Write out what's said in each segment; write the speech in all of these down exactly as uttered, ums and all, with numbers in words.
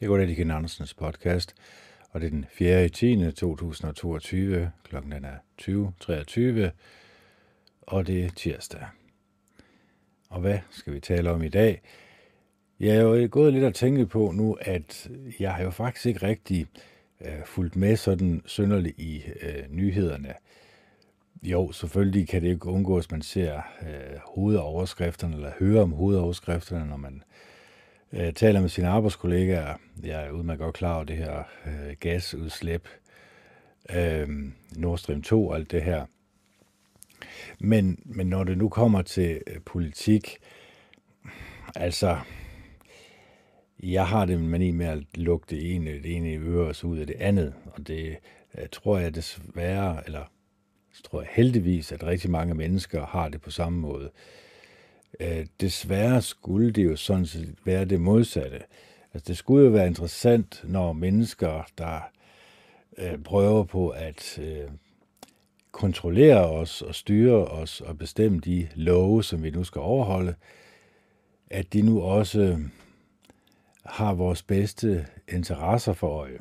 Jeg går til Ken Andersens podcast, og det er den fjerde tiende to tusind og toogtyve. Klokken den er tyve treogtyve, og det er tirsdag. Og hvad skal vi tale om i dag? Jeg er jo gået lidt at tænke på nu, at jeg har jo faktisk ikke rigtig øh, fulgt med sådan synderligt i øh, nyhederne. Jo, selvfølgelig kan det ikke undgås, at man ser øh, hovedoverskrifterne, eller hører om hovedoverskrifterne, når man øh, taler med sine arbejdskollegaer. Jeg er udmærket godt klar over det her øh, gasudslip, øh, Nord Stream to og alt det her. Men, men når det nu kommer til øh, politik, altså, jeg har det mani med at lukke det ene, det ene øre og så ud af det andet, og det øh, tror jeg desværre, eller så tror jeg heldigvis, at rigtig mange mennesker har det på samme måde. Øh, desværre skulle det jo sådan set være det modsatte. Altså, det skulle jo være interessant, når mennesker, der øh, prøver på at øh, kontrollere os og styre os og bestemme de love, som vi nu skal overholde, at de nu også har vores bedste interesser for øje.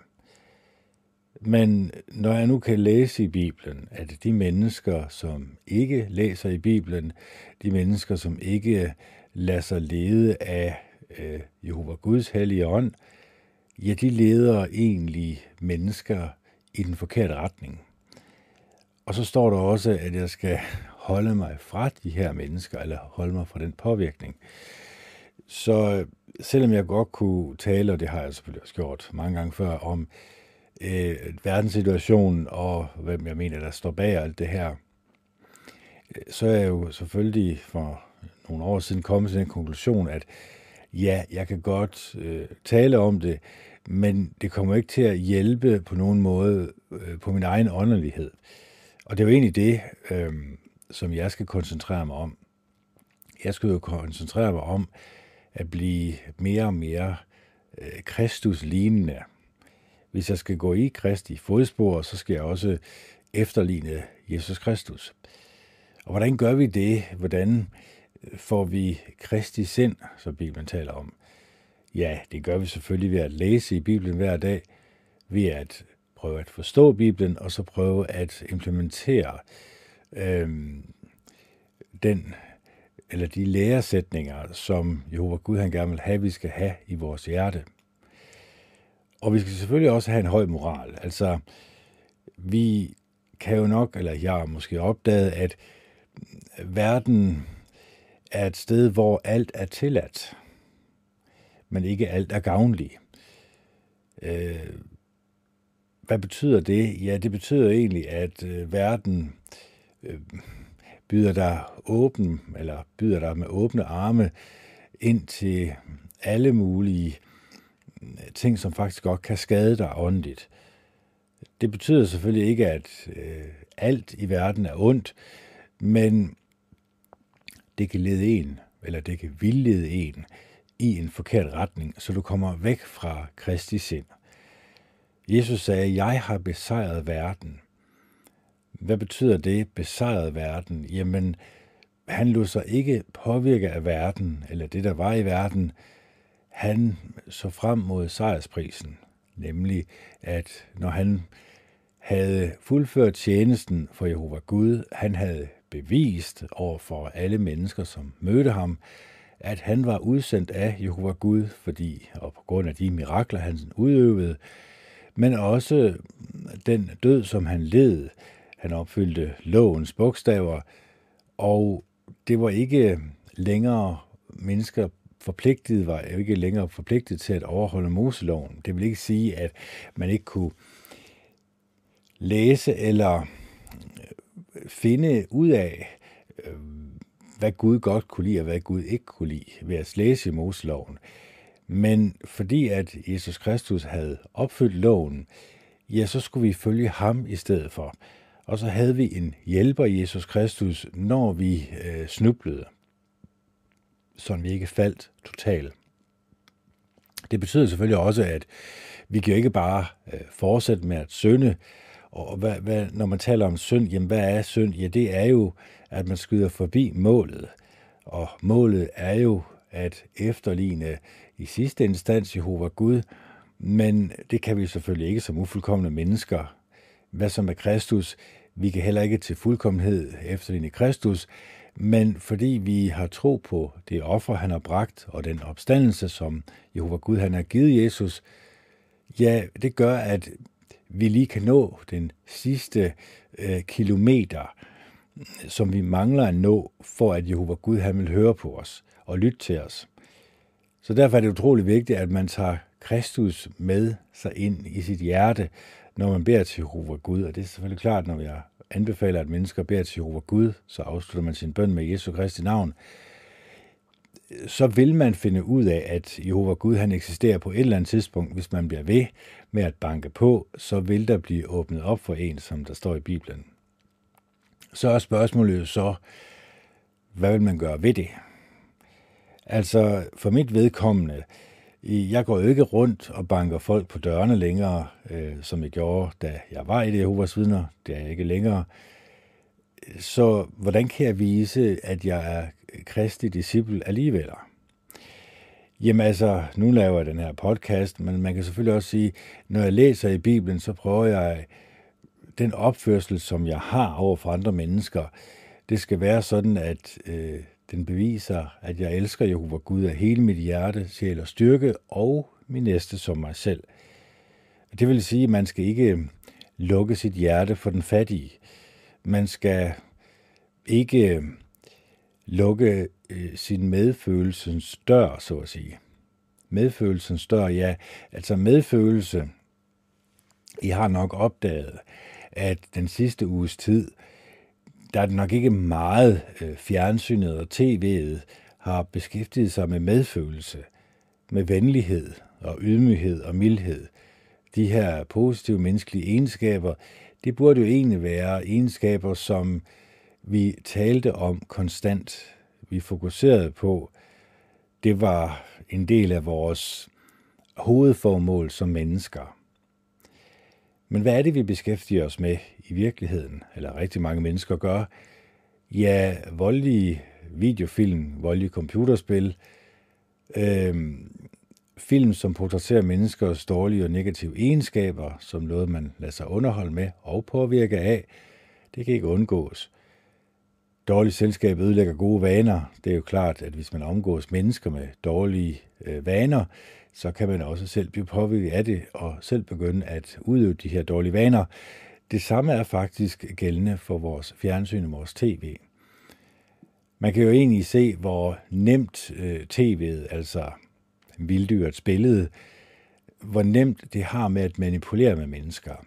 Men når jeg nu kan læse i Bibelen, at de mennesker, som ikke læser i Bibelen, de mennesker, som ikke lader sig lede af øh, Jehova Guds hellige ånd, ja, de leder egentlig mennesker i den forkerte retning. Og så står der også, at jeg skal holde mig fra de her mennesker, eller holde mig fra den påvirkning. Så selvom jeg godt kunne tale, og det har jeg selvfølgelig også gjort mange gange før, om øh, verdenssituationen og hvem jeg mener, der står bag alt det her, så er jeg jo selvfølgelig for nogle år siden kommet til den konklusion, at ja, jeg kan godt øh, tale om det, men det kommer ikke til at hjælpe på nogen måde øh, på min egen åndelighed. Og det er jo egentlig det, øh, som jeg skal koncentrere mig om. Jeg skal jo koncentrere mig om at blive mere og mere øh, Kristus-lignende. Hvis jeg skal gå i Kristi fodspor, så skal jeg også efterligne Jesus Kristus. Og hvordan gør vi det? Hvordan får vi Kristi sind, som Bibelen taler om? Ja, det gør vi selvfølgelig ved at læse i Bibelen hver dag, ved at prøve at forstå Bibelen, og så prøve at implementere øh, den, eller de læresætninger, som Jehova Gud han gerne vil have, vi skal have i vores hjerte. Og vi skal selvfølgelig også have en høj moral. Altså, vi kan jo nok, eller jeg har måske opdaget, at verden er et sted, hvor alt er tilladt, men ikke alt er gavnligt. Øh, hvad betyder det? Ja, det betyder egentlig, at øh, verden øh, byder dig åben, eller byder dig med åbne arme ind til alle mulige ting, som faktisk godt kan skade dig åndeligt. Det betyder selvfølgelig ikke, at øh, alt i verden er ondt, men det kan lede en, eller det kan vildlede en i en forkert retning, så du kommer væk fra Kristi sind. Jesus sagde, jeg har besejret verden. Hvad betyder det, besejret verden? Jamen, han lod sig ikke påvirke af verden, eller det, der var i verden. Han så frem mod sejrsprisen, nemlig at når han havde fuldført tjenesten for Jehova Gud, han havde bevist over for alle mennesker, som mødte ham, at han var udsendt af Jehova Gud, fordi, og på grund af de mirakler, han udøvede, men også den død, som han led. Han opfyldte lovens bogstaver, og det var ikke længere mennesker forpligtet, var jo ikke længere forpligtet til at overholde Moseloven. Det vil ikke sige, at man ikke kunne læse eller finde ud af, hvad Gud godt kunne lide, og hvad Gud ikke kunne lide, ved at læse i Moseloven. Men fordi at Jesus Kristus havde opfyldt loven, ja, så skulle vi følge ham i stedet for. Og så havde vi en hjælper, Jesus Kristus, når vi øh, snublede, så vi ikke faldt totalt. Det betyder selvfølgelig også, at vi kan jo ikke bare øh, fortsætte med at synde. Og hvad, hvad, når man taler om synd, jamen hvad er synd? Ja, det er jo, at man skyder forbi målet. Og målet er jo at efterligne i sidste instans Jehova Gud, Men det kan vi selvfølgelig ikke som ufuldkomne mennesker. Hvad som er Kristus? Vi kan heller ikke til fuldkommenhed efterligne Kristus, men fordi vi har tro på det offer, han har bragt, og den opstandelse, som Jehova Gud han har givet Jesus, ja, det gør, at vi lige kan nå den sidste øh, kilometer, som vi mangler at nå, for at Jehova Gud han vil høre på os og lytte til os. Så derfor er det utrolig vigtigt, at man tager Kristus med sig ind i sit hjerte, når man beder til Jehova Gud. Og det er selvfølgelig klart, når jeg anbefaler, at mennesker beder til Jehova Gud, så afslutter man sin bøn med Jesu Kristi navn. Så vil man finde ud af, at Jehova Gud han eksisterer på et eller andet tidspunkt. Hvis man bliver ved med at banke på, så vil der blive åbnet op for en, som der står i Bibelen. Så er spørgsmålet jo så, hvad vil man gøre ved det? Altså for mit vedkommende, jeg går jo ikke rundt og banker folk på dørene længere, øh, som jeg gjorde, da jeg var i det Jehovas vidner. Det er jeg ikke længere. Så hvordan kan jeg vise, at jeg er Kristi disciple alligevel? Jamen altså, nu laver jeg den her podcast, men man kan selvfølgelig også sige, når jeg læser i Bibelen, så prøver jeg den opførsel, som jeg har over for andre mennesker. Det skal være sådan, at øh, den beviser, at jeg elsker Jehova Gud af hele mit hjerte, sjæl og styrke, og min næste som mig selv. Det vil sige, at man skal ikke lukke sit hjerte for den fattige. Man skal ikke lukke øh, sin medfølelsens dør, så at sige. Medfølelsens dør, ja. Altså medfølelse. I har nok opdaget, at den sidste uges tid, der er det nok ikke meget øh, fjernsynet og tv'et har beskæftiget sig med medfølelse, med venlighed og ydmyghed og mildhed. De her positive menneskelige egenskaber, det burde jo egentlig være egenskaber, som vi talte om konstant. Vi fokuserede på, det var en del af vores hovedformål som mennesker. Men hvad er det, vi beskæftiger os med i virkeligheden, eller rigtig mange mennesker gør? Ja, voldelige videofilm, voldelige computerspil, øh, film, som portrætterer menneskers dårlige og negative egenskaber, som noget, man lader sig underholde med og påvirke af. Det kan ikke undgås. Dårligt selskab ødelægger gode vaner. Det er jo klart, at hvis man omgås mennesker med dårlige øh, vaner, så kan man også selv blive påvirket af det, og selv begynde at udøve de her dårlige vaner. Det samme er faktisk gældende for vores fjernsyn og vores tv. Man kan jo egentlig se, hvor nemt øh, tv'et, altså vilddyrets billede, hvor nemt det har med at manipulere med mennesker.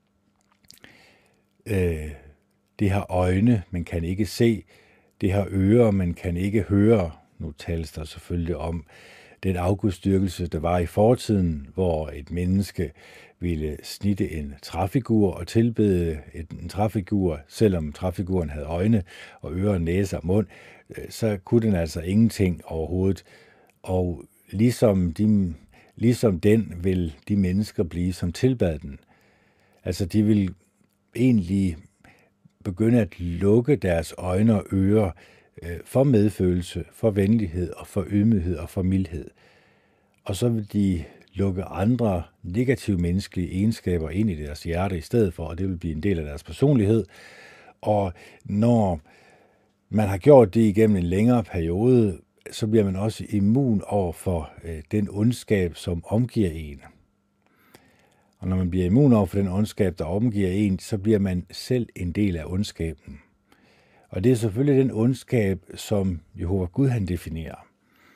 Øh, det har øjne, man kan ikke se. Det har ører, man kan ikke høre. Nu tales der selvfølgelig om den afgudstyrkelse, der var i fortiden, hvor et menneske ville snitte en træfigur og tilbede en træfigur, selvom træfiguren havde øjne og ører, næse og mund, så kunne den altså ingenting overhovedet. Og ligesom, de, ligesom den vil de mennesker blive, som tilbad den. Altså de vil egentlig begynde at lukke deres øjne og ører for medfølelse, for venlighed og for ydmyghed og for mildhed. Og så vil de lukke andre negative menneskelige egenskaber ind i deres hjerte i stedet for, og det vil blive en del af deres personlighed. Og når man har gjort det igennem en længere periode, så bliver man også immun over for øh, den ondskab, som omgiver en. Og når man bliver immun over for den ondskab, der omgiver en, så bliver man selv en del af ondskaben. Og det er selvfølgelig den ondskab, som Jehova Gud han definerer.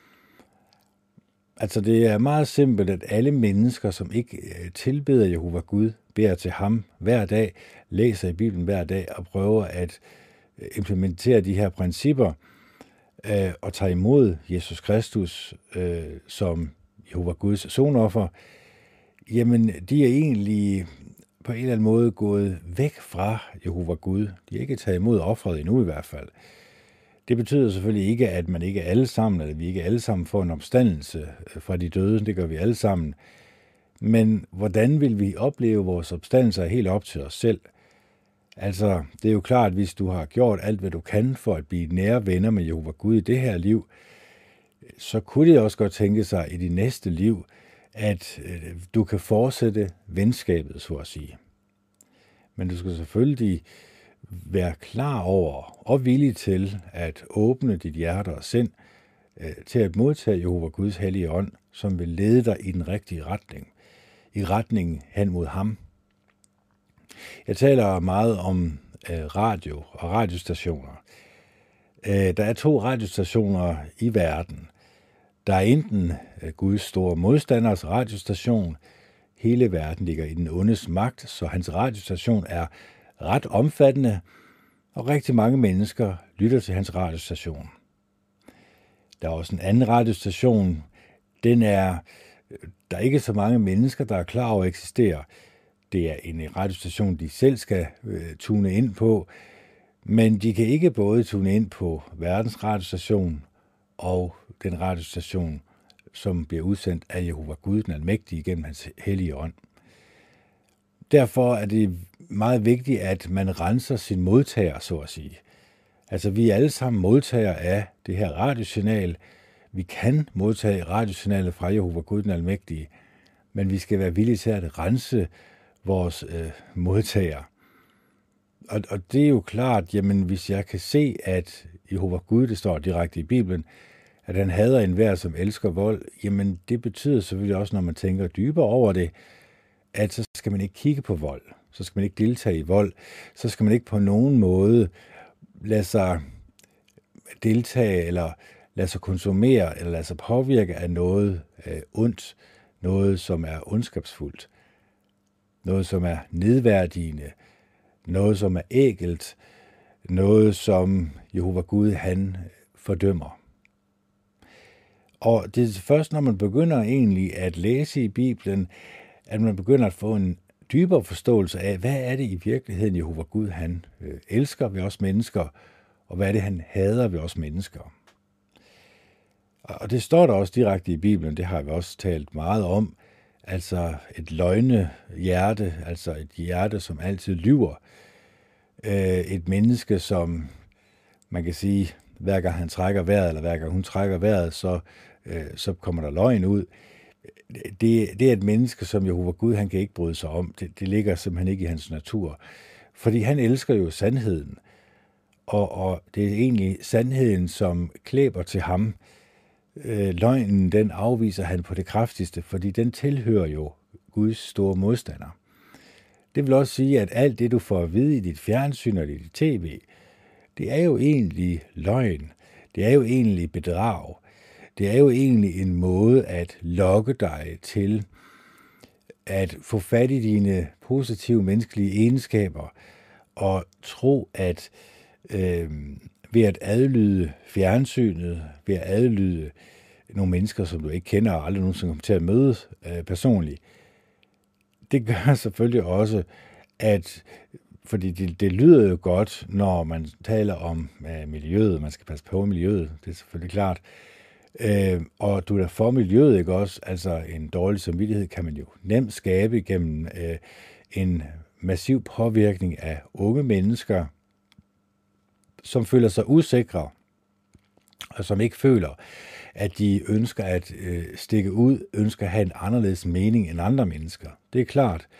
Altså det er meget simpelt, at alle mennesker, som ikke tilbeder Jehova Gud, beder til ham hver dag, læser i Bibelen hver dag og prøver at implementere de her principper øh, og tager imod Jesus Kristus øh, som Jehova Guds sonoffer, jamen de er egentlig på en eller anden måde gået væk fra Jehova Gud. De har ikke taget imod offeret endnu i hvert fald. Det betyder selvfølgelig ikke, at man ikke alle sammen, eller vi ikke alle sammen får en opstandelse fra de døde. Det gør vi alle sammen. Men hvordan vil vi opleve vores opstandelser helt op til os selv? Altså, det er jo klart, at hvis du har gjort alt, hvad du kan for at blive nære venner med Jehova Gud i det her liv, så kunne det også godt tænke sig i dit næste liv, at øh, du kan fortsætte venskabet, så at sige. Men du skal selvfølgelig være klar over og villig til at åbne dit hjerte og sind øh, til at modtage Jehova Guds hellige ånd, som vil lede dig i den rigtige retning, i retningen hen mod ham. Jeg taler meget om øh, radio og radiostationer. Øh, der er to radiostationer i verden. Der er enten øh, Guds store modstanders radiostation. Hele verden ligger i den ondes magt, så hans radiostation er ret omfattende, og rigtig mange mennesker lytter til hans radiostation. Der er også en anden radiostation. Den er, der er ikke så mange mennesker, der er klar over at eksistere. Det er en radiostation, de selv skal øh, tune ind på, men de kan ikke både tune ind på verdens radiostation og den radiostation, som bliver udsendt af Jehova Gud, den almægtige, gennem hans hellige ånd. Derfor er det meget vigtigt, at man renser sin modtager, så at sige. Altså, vi er alle sammen modtagere af det her radiosignal. Vi kan modtage radiosignalet fra Jehova Gud, den almægtige, men vi skal være villige til at rense vores øh, modtager. Og, og det er jo klart, jamen hvis jeg kan se, at Jehova Gud, det står direkte i Bibelen, at han hader enhver, som elsker vold, jamen det betyder selvfølgelig også, når man tænker dybere over det, at så skal man ikke kigge på vold, så skal man ikke deltage i vold, så skal man ikke på nogen måde lade sig deltage, eller lade sig konsumere, eller lade sig påvirke af noget øh, ondt, noget som er ondskabsfuldt, noget som er nedværdigende, noget som er ækelt, noget som Jehova Gud han fordømmer. Og det er først, når man begynder egentlig at læse i Bibelen, at man begynder at få en dybere forståelse af, hvad er det i virkeligheden, Jehova Gud han øh, elsker ved os mennesker, og hvad er det, han hader ved os mennesker. Og det står der også direkte i Bibelen, det har vi også talt meget om, altså et løgne hjerte, altså et hjerte, som altid lyver. Øh, et menneske, som man kan sige, hver gang han trækker vejret, eller hver gang hun trækker vejret, så, øh, så kommer der løgn ud. Det, det er et menneske, som Jehova Gud, han kan ikke bryde sig om. Det, det ligger simpelthen ikke i hans natur. Fordi han elsker jo sandheden. Og, og det er egentlig sandheden, som klæber til ham. Øh, løgnen, den afviser han på det kraftigste, fordi den tilhører jo Guds store modstander. Det vil også sige, at alt det, du får at vide i dit fjernsyn og i dit tv, det er jo egentlig løgn. Det er jo egentlig bedrag. Det er jo egentlig en måde at lokke dig til at få fat i dine positive menneskelige egenskaber og tro, at øh, ved at adlyde fjernsynet, ved at adlyde nogle mennesker, som du ikke kender og aldrig nogensinde kommer til at møde øh, personligt, det gør selvfølgelig også, at fordi det, det lyder jo godt, når man taler om øh, miljøet, man skal passe på miljøet, det er selvfølgelig klart, øh, og du er der for miljøet, ikke også? Altså en dårlig samvittighed kan man jo nemt skabe gennem øh, en massiv påvirkning af unge mennesker, som føler sig usikre, og som ikke føler, at de ønsker at øh, stikke ud, ønsker at have en anderledes mening end andre mennesker. Det er klart.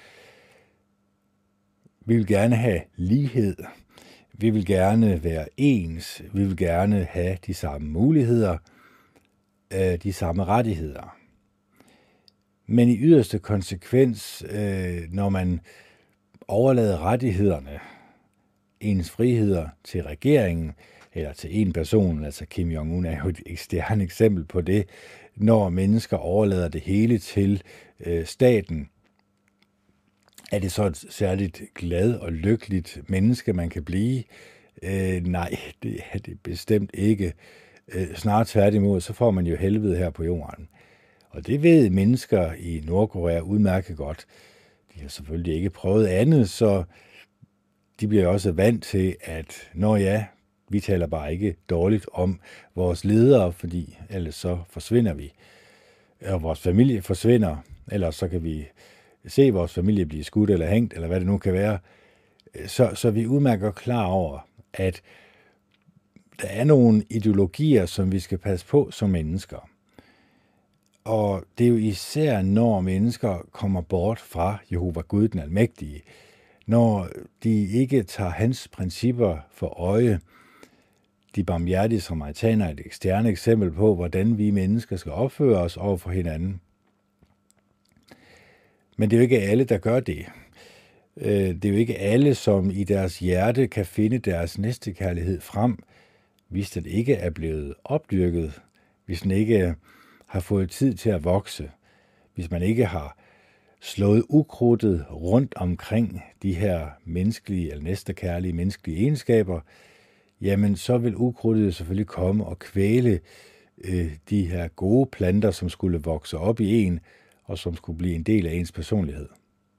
Vi vil gerne have lighed. Vi vil gerne være ens. Vi vil gerne have de samme muligheder, øh, de samme rettigheder. Men i yderste konsekvens, øh, når man overlader rettighederne, ens friheder til regeringen, eller til en person, altså Kim Jong-un er jo et eksternt eksempel på det, når mennesker overlader det hele til øh, staten, er det så et særligt glad og lykkeligt menneske, man kan blive? Øh, nej, det er det bestemt ikke. Øh, snart tværtimod, så får man jo helvede her på jorden. Og det ved mennesker i Nordkorea udmærket godt. De har selvfølgelig ikke prøvet andet, så de bliver også vant til, at når ja, vi taler bare ikke dårligt om vores ledere, fordi ellers så forsvinder vi. Og vores familie forsvinder, ellers så kan vi se vores familie blive skudt eller hængt, eller hvad det nu kan være. Så, så vi udmærker klar over, at der er nogle ideologier, som vi skal passe på som mennesker. Og det er jo især, når mennesker kommer bort fra Jehova Gud den Almægtige, når de ikke tager hans principper for øje. De barmhjertige samaritaner er et eksterne eksempel på, hvordan vi mennesker skal opføre os over for hinanden. Men det er jo ikke alle, der gør det. Det er jo ikke alle, som i deres hjerte kan finde deres næstekærlighed frem, hvis den ikke er blevet opdyrket, hvis den ikke har fået tid til at vokse, hvis man ikke har slået ukrudtet rundt omkring de her menneskelige eller næstekærlige menneskelige egenskaber, jamen så vil ukrudtet selvfølgelig komme og kvæle øh, de her gode planter, som skulle vokse op i en, og som skulle blive en del af ens personlighed.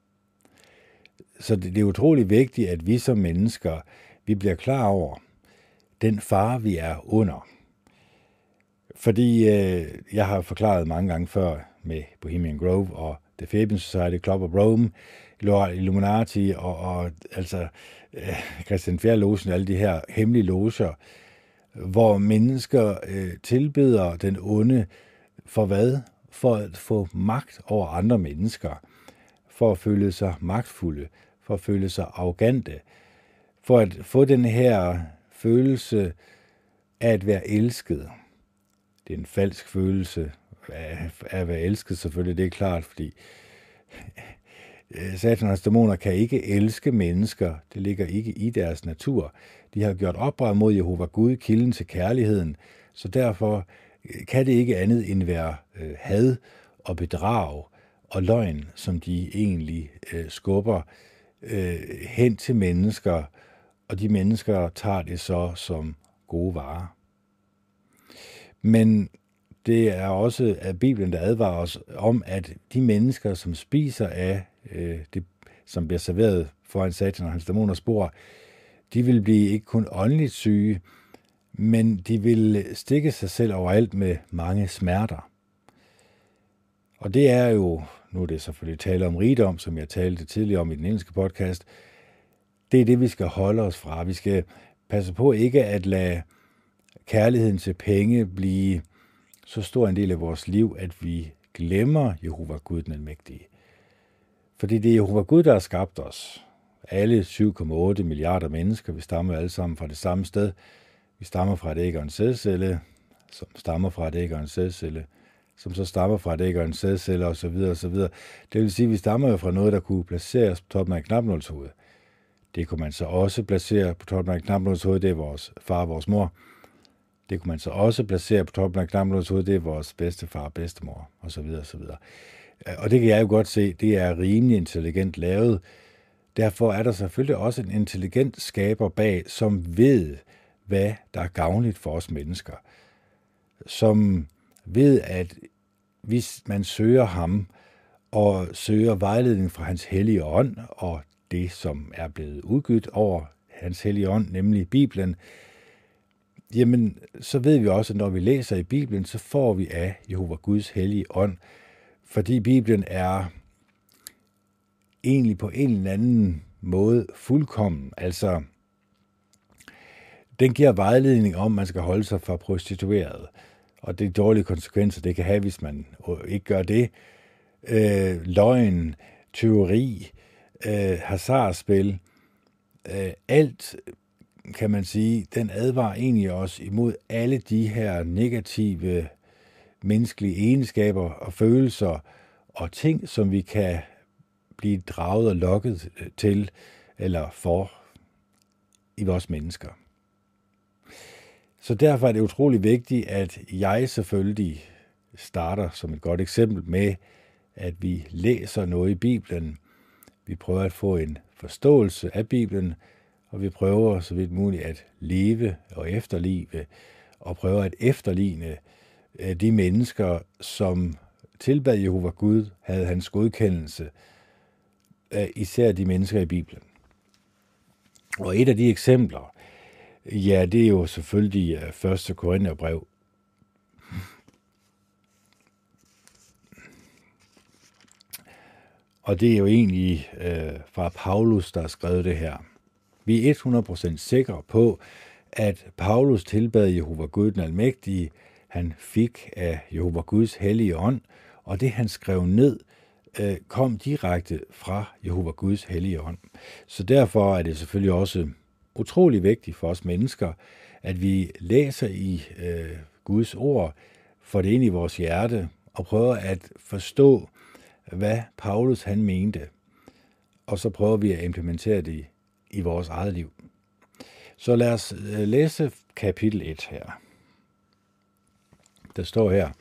Så det, det er utrolig vigtigt, at vi som mennesker, vi bliver klar over den fare, vi er under. Fordi øh, jeg har forklaret mange gange før med Bohemian Grove og The Fabian Society, Club of Rome, Illuminati og, og altså øh, Christian Fjerde-logen, alle de her hemmelige loger, hvor mennesker øh, tilbeder den onde for hvad? For at få magt over andre mennesker, for at føle sig magtfulde, for at føle sig arrogante, for at få den her følelse af at være elsket. Det er en falsk følelse af at være elsket, selvfølgelig, det er klart, fordi Satans dæmoner kan ikke elske mennesker. Det ligger ikke i deres natur. De har gjort oprør mod Jehova Gud, kilden til kærligheden, så derfor kan det ikke andet end være had og bedrag og løgn, som de egentlig skubber hen til mennesker, og de mennesker tager det så som gode varer. Men det er også af Bibelen, der advarer os om, at de mennesker, som spiser af øh, det, som bliver serveret foran Satan og hans dæmoners bord, de vil blive ikke kun åndeligt syge, men de vil stikke sig selv overalt med mange smerter. Og det er jo, nu er det selvfølgelig tale om rigdom, som jeg talte tidligere om i den engelske podcast, det er det, vi skal holde os fra. Vi skal passe på ikke at lade kærligheden til penge blive så stor en del af vores liv, at vi glemmer Jehova Gud den Almægtige. Fordi det er Jehova Gud, der har skabt os. Alle syv komma otte milliarder mennesker, vi stammer alle sammen fra det samme sted. Vi stammer fra et æg og en sædcelle, som stammer fra et æg og en sædcelle, som så stammer fra et æg og en sædcelle osv. osv. Det vil sige, at vi stammer fra noget, der kunne placeres på toppen af en knapnålshoved. Det kunne man så også placere på toppen af en knapnålshoved, det er vores far og vores mor. Det kunne man så også placere på toppen af knapnålshoved, det er vores bedstefar og bedstemor, osv. osv. Og det kan jeg jo godt se, det er rimelig intelligent lavet. Derfor er der selvfølgelig også en intelligent skaber bag, som ved, hvad der er gavnligt for os mennesker. Som ved, at hvis man søger ham og søger vejledning fra hans hellige ånd, og det, som er blevet udgivet over hans hellige ånd, nemlig Bibelen, jamen, så ved vi også, at når vi læser i Bibelen, så får vi af Jehova Guds hellige ånd, fordi Bibelen er egentlig på en eller anden måde fuldkommen. Altså, den giver vejledning om, at man skal holde sig fra prostitueret, og det er dårlige konsekvenser, det kan have, hvis man ikke gør det. Øh, løgn, tyveri, øh, hasardspil, øh, alt kan man sige, den advarer egentlig også imod alle de her negative menneskelige egenskaber og følelser og ting, som vi kan blive draget og lokket til eller for i vores mennesker. Så derfor er det utrolig vigtigt, at jeg selvfølgelig starter som et godt eksempel med, at vi læser noget i Bibelen. Vi prøver at få en forståelse af Bibelen, og vi prøver så vidt muligt at leve og efterlive, og prøver at efterligne de mennesker, som tilbad Jehova Gud, havde hans godkendelse, især de mennesker i Bibelen. Og et af de eksempler, ja, det er jo selvfølgelig første Korintherbrev. Og det er jo egentlig øh, fra Paulus, der har skrevet det her. Vi er hundrede procent sikre på, at Paulus tilbad Jehova Gud den Almægtige, han fik af Jehova Guds hellige ånd, og det han skrev ned, øh, kom direkte fra Jehova Guds hellige ånd. Så derfor er det selvfølgelig også utrolig vigtigt for os mennesker, at vi læser i øh, Guds ord, får det ind i vores hjerte, og prøver at forstå, hvad Paulus han mente. Og så prøver vi at implementere det i, i vores eget liv. Så lad os øh, læse kapitel et her. Der står her: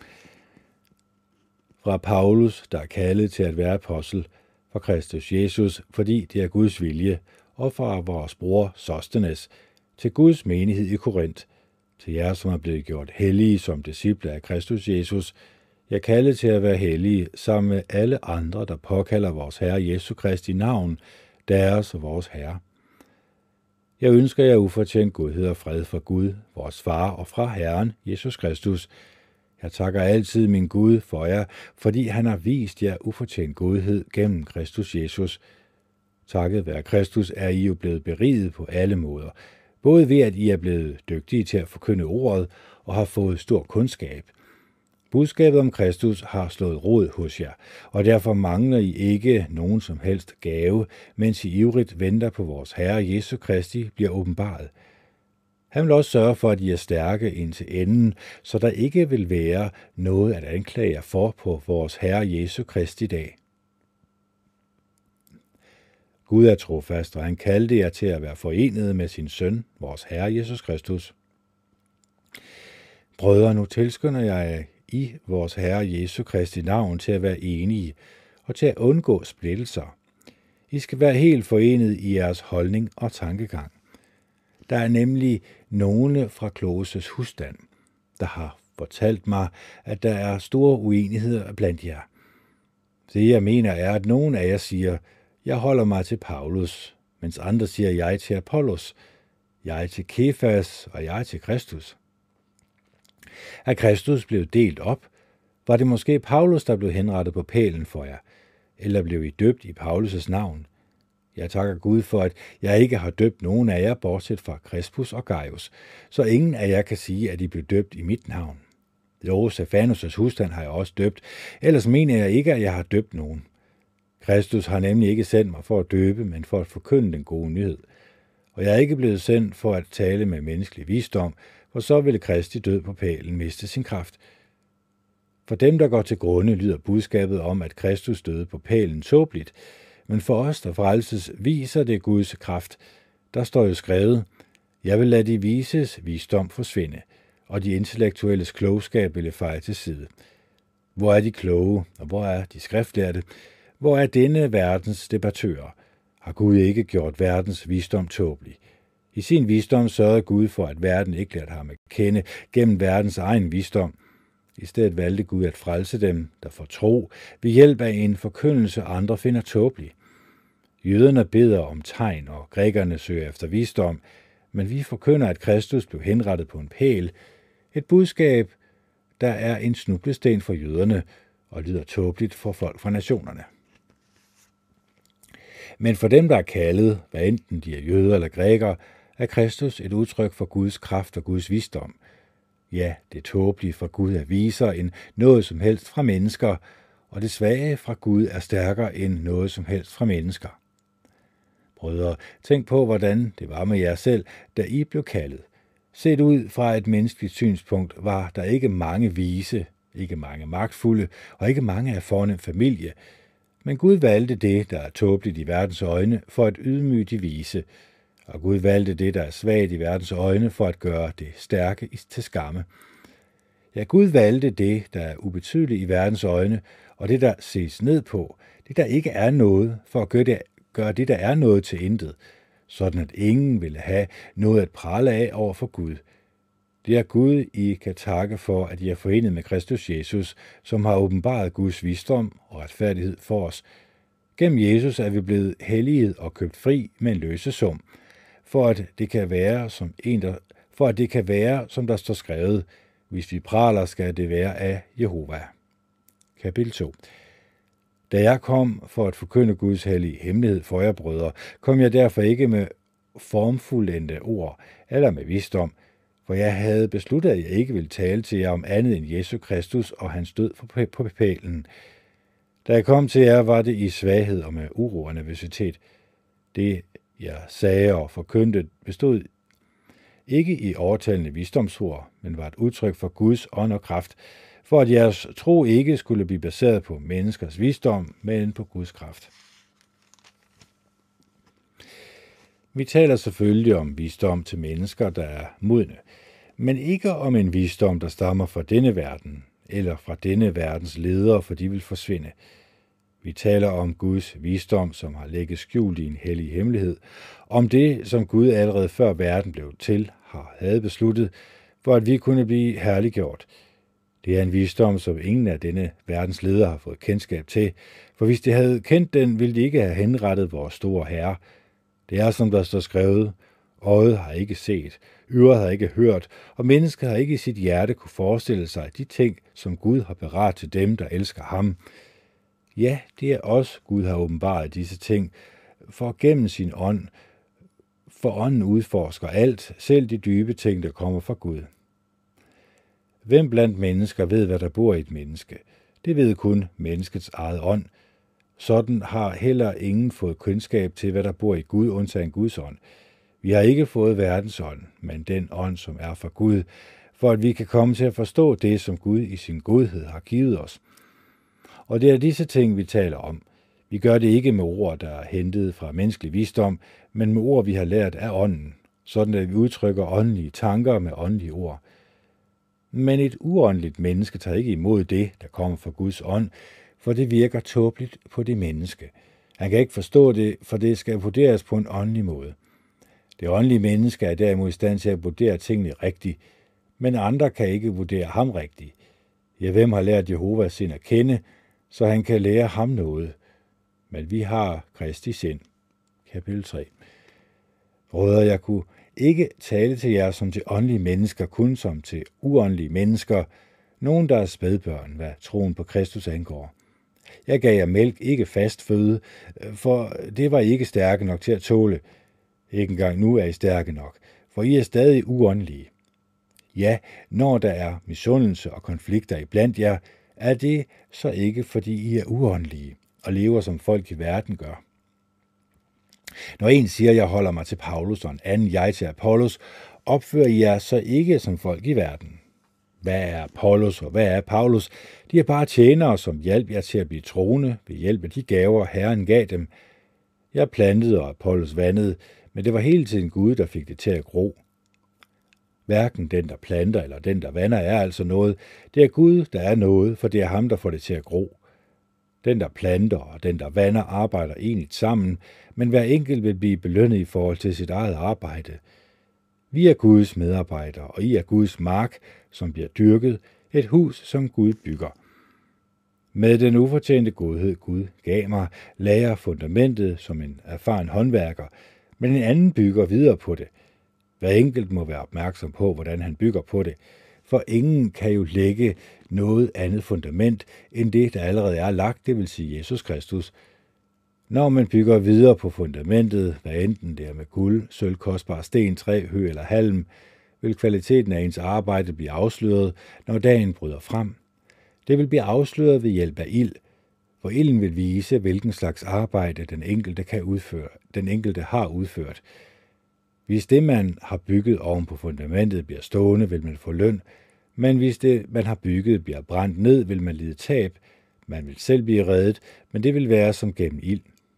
Fra Paulus, der er kaldet til at være apostel for Kristus Jesus, fordi det er Guds vilje, og fra vores bror Sostenes, til Guds menighed i Korint, til jer, som er blevet gjort hellige som disciple af Kristus Jesus. Jeg kaldet til at være hellige, sammen med alle andre, der påkalder vores Herre Jesu Kristi navn, deres og vores Herre. Jeg ønsker jer ufortjent godhed og fred fra Gud, vores Far, og fra Herren Jesus Kristus. Jeg takker altid min Gud for jer, fordi han har vist jer ufortjent godhed gennem Kristus Jesus. Takket være Kristus er I jo blevet beriget på alle måder, både ved at I er blevet dygtige til at forkynde ordet og har fået stor kundskab. Budskabet om Kristus har slået rod hos jer, og derfor mangler I ikke nogen som helst gave, mens I ivrigt venter på vores Herre Jesu Kristi bliver åbenbaret. Han vil også sørge for, at I er stærke indtil enden, så der ikke vil være noget at anklage jer for på vores Herre Jesu Kristi dag. Gud er trofast, og han kaldte jer til at være forenet med sin søn, vores Herre Jesus Kristus. Brødre, nu tilskynder jeg i vores Herre Jesu Kristi navn til at være enige og til at undgå splittelser. I skal være helt forenet i jeres holdning og tankegang. Der er nemlig nogle fra Kloses husstand, der har fortalt mig, at der er store uenigheder blandt jer. Det jeg mener er, at nogen af jer siger, jeg holder mig til Paulus, mens andre siger, jeg til Apollos, jeg til Kefas og jeg til Kristus. Er Kristus blevet delt op? Var det måske Paulus, der blev henrettet på pælen for jer? Eller blev I døbt i Paulus' navn? Jeg takker Gud for, at jeg ikke har døbt nogen af jer, bortset fra Crispus og Gaius, så ingen af jer kan sige, at I blev døbt i mit navn. Jo, Stefanus' husstand har jeg også døbt, ellers mener jeg ikke, at jeg har døbt nogen. Kristus har nemlig ikke sendt mig for at døbe, men for at forkynde den gode nyhed. Og jeg er ikke blevet sendt for at tale med menneskelig visdom, for så ville Kristi død på pælen miste sin kraft. For dem, der går til grunde, lyder budskabet om, at Kristus døde på pælen tåbeligt, men for os, der frelses, viser det Guds kraft. Der står jo skrevet, jeg vil lade de vises visdom forsvinde, og de intellektuelles klogskab vil feje til side. Hvor er de kloge, og hvor er de skriftlærte? Hvor er denne verdens debattører? Har Gud ikke gjort verdens visdom tåbelig? I sin visdom sørgede Gud for, at verden ikke lærte ham at kende gennem verdens egen visdom. I stedet valgte Gud at frelse dem, der får tro, ved hjælp af en forkyndelse, andre finder tåbelig. Jøderne beder om tegn, og grækerne søger efter visdom, men vi forkynder, at Kristus blev henrettet på en pæl, et budskab, der er en snublesten for jøderne og lyder tåbeligt for folk fra nationerne. Men for dem, der er kaldet, hvad enten de er jøder eller grækere, er Kristus et udtryk for Guds kraft og Guds visdom. Ja, det tåbelige for Gud er visere end noget som helst fra mennesker, og det svage fra Gud er stærkere end noget som helst fra mennesker. Brødre, tænk på, hvordan det var med jer selv, da I blev kaldet. Set ud fra et menneskeligt synspunkt var der ikke mange vise, ikke mange magtfulde og ikke mange af fornem familie, men Gud valgte det, der er tåbeligt i verdens øjne, for at ydmyge de vise, og Gud valgte det, der er svagt i verdens øjne, for at gøre det stærke til skamme. Ja, Gud valgte det, der er ubetydeligt i verdens øjne, og det, der ses ned på, det, der ikke er noget, for at gøre det, gøre det, der er noget til intet, sådan at ingen ville have noget at prale af over for Gud. Det er Gud, I kan takke for, at I er forenet med Kristus Jesus, som har åbenbaret Guds visdom og retfærdighed for os. Gennem Jesus er vi blevet helliget og købt fri med en løsesum, for at det kan være, som en, der, for at det kan være, som der står skrevet, hvis vi praler, skal det være af Jehova. Kapitel to. Da jeg kom for at forkynde Guds hellige hemmelighed for jer, brødre, kom jeg derfor ikke med formfuldendte ord eller med visdom, for jeg havde besluttet, at jeg ikke ville tale til jer om andet end Jesus Kristus og hans død på pælen. Da jeg kom til jer, var det i svaghed og med uro og nervøsitet. Det, jeg sagde og forkyndte, bestod ikke i overtalende visdomsord, men var et udtryk for Guds ånd og kraft, for at jeres tro ikke skulle blive baseret på menneskers visdom, men på Guds kraft. Vi taler selvfølgelig om visdom til mennesker, der er modne, men ikke om en visdom, der stammer fra denne verden, eller fra denne verdens ledere, for de vil forsvinde. Vi taler om Guds visdom, som har ligget skjult i en hellig hemmelighed, om det, som Gud allerede før verden blev til, har havde besluttet, for at vi kunne blive herliggjort. Det er en visdom, som ingen af denne verdens ledere har fået kendskab til, for hvis de havde kendt den, ville de ikke have henrettet vores store Herre. Det er, som der står skrevet, øjet har ikke set, øret har ikke hørt, og mennesket har ikke i sit hjerte kunne forestille sig de ting, som Gud har beredt til dem, der elsker ham. Ja, det er os, Gud har åbenbaret disse ting, for gennem sin ånd, for ånden udforsker alt, selv de dybe ting, der kommer fra Gud. Hvem blandt mennesker ved, hvad der bor i et menneske? Det ved kun menneskets eget ånd. Sådan har heller ingen fået kendskab til, hvad der bor i Gud, undtagen Guds ånd. Vi har ikke fået verdens ånd, men den ånd, som er fra Gud, for at vi kan komme til at forstå det, som Gud i sin godhed har givet os. Og det er disse ting, vi taler om. Vi gør det ikke med ord, der er hentet fra menneskelig visdom, men med ord, vi har lært af ånden, sådan at vi udtrykker åndelige tanker med åndelige ord. Men et uåndeligt menneske tager ikke imod det, der kommer fra Guds ånd, for det virker tåbeligt på det menneske. Han kan ikke forstå det, for det skal vurderes på en åndelig måde. Det åndelige menneske er derimod i stand til at vurdere tingene rigtigt, men andre kan ikke vurdere ham rigtigt. Ja, hvem har lært Jehovas sind at kende, så han kan lære ham noget? Men vi har Kristi sind. Kapitel tre. Brødre, jeg kunne ikke tale til jer som til åndelige mennesker, kun som til uåndelige mennesker, nogen der er spædbørn, hvad troen på Kristus angår. Jeg gav jer mælk, ikke fast føde, for det var I ikke stærke nok til at tåle. Ikke engang nu er I stærke nok, for I er stadig uåndelige. Ja, når der er misundelse og konflikter iblandt jer, er det så ikke, fordi I er uåndelige og lever som folk i verden gør. Når en siger, jeg holder mig til Paulus, og en anden jeg til Apollos, opfører I jer så ikke som folk i verden. Hvad er Apollos og hvad er Paulus? De er bare tjenere, som hjalp jer til at blive troende ved hjælp af de gaver, Herren gav dem. Jeg plantede, og Apollos vandede, men det var hele tiden Gud, der fik det til at gro. Hverken den, der planter eller den, der vander, er altså noget. Det er Gud, der er noget, for det er ham, der får det til at gro. Den, der planter og den, der vander, arbejder enigt sammen, men hver enkelt vil blive belønnet i forhold til sit eget arbejde. Vi er Guds medarbejdere, og I er Guds mark, som bliver dyrket, et hus, som Gud bygger. Med den ufortjente godhed, Gud gav mig, lagde jeg fundamentet som en erfaren håndværker, men en anden bygger videre på det. Hver enkelt må være opmærksom på, hvordan han bygger på det, for ingen kan jo lægge noget andet fundament, end det, der allerede er lagt, det vil sige Jesus Kristus. Når man bygger videre på fundamentet, hvad enten det er med guld, sølv, kostbar sten, træ, hø eller halm, vil kvaliteten af ens arbejde blive afsløret, når dagen bryder frem. Det vil blive afsløret ved hjælp af ild, for ilden vil vise, hvilken slags arbejde den enkelte, kan udføre, den enkelte har udført. Hvis det, man har bygget oven på fundamentet, bliver stående, vil man få løn, men hvis det, man har bygget, bliver brændt ned, vil man lide tab. Man vil selv blive reddet, men det vil være som gennem ild.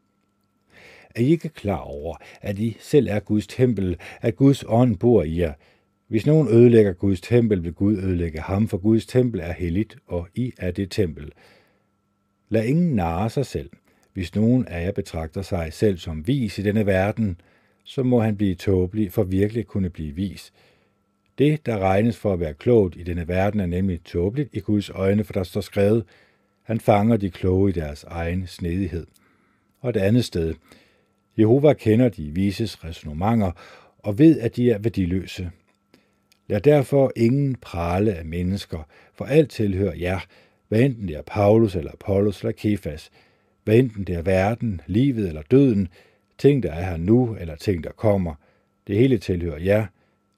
Er I ikke klar over, at I selv er Guds tempel, at Guds ånd bor i jer? Hvis nogen ødelægger Guds tempel, vil Gud ødelægge ham, for Guds tempel er helligt, og I er det tempel. Lad ingen narre sig selv. Hvis nogen af jer betragter sig selv som vis i denne verden, så må han blive tåbelig for virkelig kunne blive vis. Det, der regnes for at være klogt i denne verden, er nemlig tåbeligt i Guds øjne, for der står skrevet, han fanger de kloge i deres egen snedighed. Og et andet sted, Jehova kender de vises ræsonnementer og ved, at de er værdiløse. Lad derfor ingen prale af mennesker, for alt tilhører jer, hvad enten det er Paulus eller Apollos eller Kefas, hvad enten det er verden, livet eller døden, ting der er her nu eller ting der kommer. Det hele tilhører jer.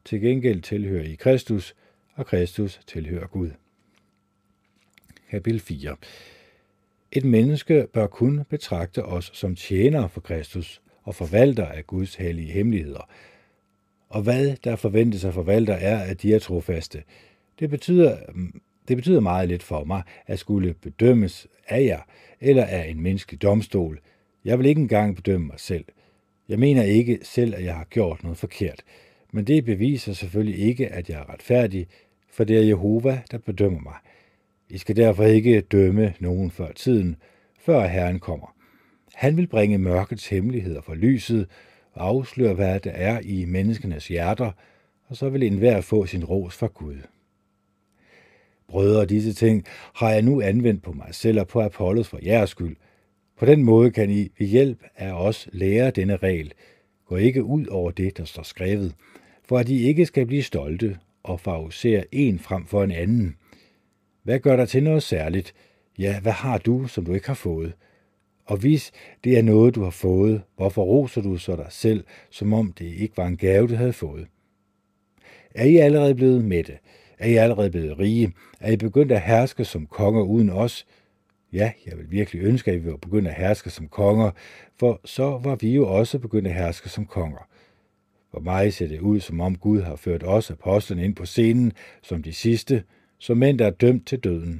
Til gengæld tilhører I Kristus, og Kristus tilhører Gud. Kapitel fire. Et menneske bør kun betragte os som tjenere for Kristus og forvalter af Guds hellige hemmeligheder. Og hvad der forventes af forvalter er, at de er trofaste. Det betyder, det betyder meget lidt for mig at skulle bedømmes af jer eller af en menneskelig domstol. Jeg vil ikke engang bedømme mig selv. Jeg mener ikke selv, at jeg har gjort noget forkert. Men det beviser selvfølgelig ikke, at jeg er retfærdig, for det er Jehova, der bedømmer mig. I skal derfor ikke dømme nogen før tiden, før Herren kommer. Han vil bringe mørkets hemmeligheder for lyset og afsløre, hvad der er i menneskenes hjerter, og så vil enhver få sin ros fra Gud. Brødre, disse ting har jeg nu anvendt på mig selv og på Apollos for jeres skyld. På den måde kan I ved hjælp af os lære denne regel. Gå ikke ud over det, der står skrevet, for at I ikke skal blive stolte og favorisere en frem for en anden. Hvad gør dig til noget særligt? Ja, hvad har du, som du ikke har fået? Og hvis det er noget, du har fået, hvorfor roser du så dig selv, som om det ikke var en gave, du havde fået? Er I allerede blevet mætte? Er I allerede blevet rige? Er I begyndt at herske som konger uden os? Ja, jeg vil virkelig ønske, at I var begyndt at herske som konger, for så var vi jo også begyndt at herske som konger. For mig ser det ud, som om Gud har ført os apostlene ind på scenen som de sidste, som mænd, der er dømt til døden.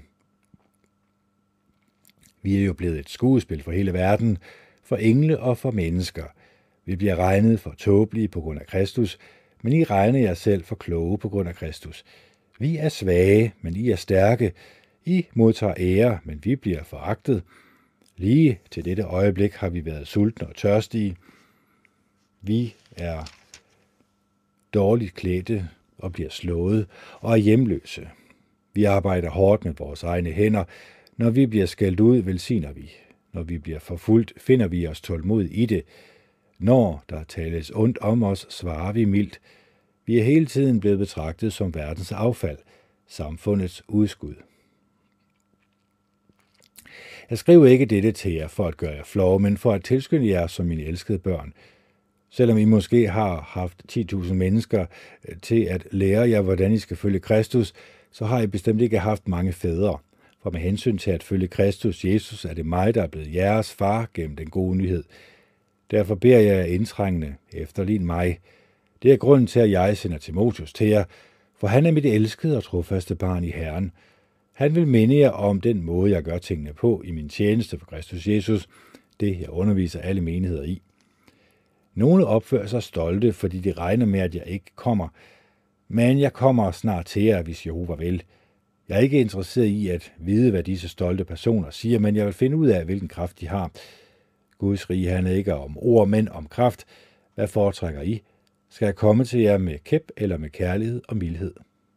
Vi er jo blevet et skuespil for hele verden, for engle og for mennesker. Vi bliver regnet for tåbelige på grund af Kristus, men I regner jer selv for kloge på grund af Kristus. Vi er svage, men I er stærke. I modtager ære, men vi bliver foragtet. Lige til dette øjeblik har vi været sultne og tørstige. Vi er dårligt klædte og bliver slået og er hjemløse. Vi arbejder hårdt med vores egne hænder. Når vi bliver skældt ud, velsigner vi. Når vi bliver forfulgt, finder vi os tålmod i det. Når der tales ondt om os, svarer vi mildt. Vi er hele tiden blevet betragtet som verdens affald, samfundets udskud. Jeg skriver ikke dette til jer for at gøre jer flove, men for at tilskynde jer som mine elskede børn. Selvom I måske har haft ti tusind mennesker til at lære jer, hvordan I skal følge Kristus, så har I bestemt ikke haft mange fædre. For med hensyn til at følge Kristus Jesus, er det mig, der er blevet jeres far gennem den gode nyhed. Derfor beder jeg jer indtrængende, efterlign mig. Det er grunden til, at jeg sender Timotheus til jer, for han er mit elskede og trofaste barn i Herren. Han vil minde jer om den måde, jeg gør tingene på i min tjeneste for Kristus Jesus, det jeg underviser alle menigheder i. Nogle opfører sig stolte, fordi de regner med, at jeg ikke kommer, men jeg kommer snart til jer, hvis Jehova vil. Jeg er ikke interesseret i at vide, hvad disse stolte personer siger, men jeg vil finde ud af, hvilken kraft de har. Guds rige handler ikke om ord, men om kraft. Hvad foretrækker I? Skal jeg komme til jer med kæp eller med kærlighed og mildhed?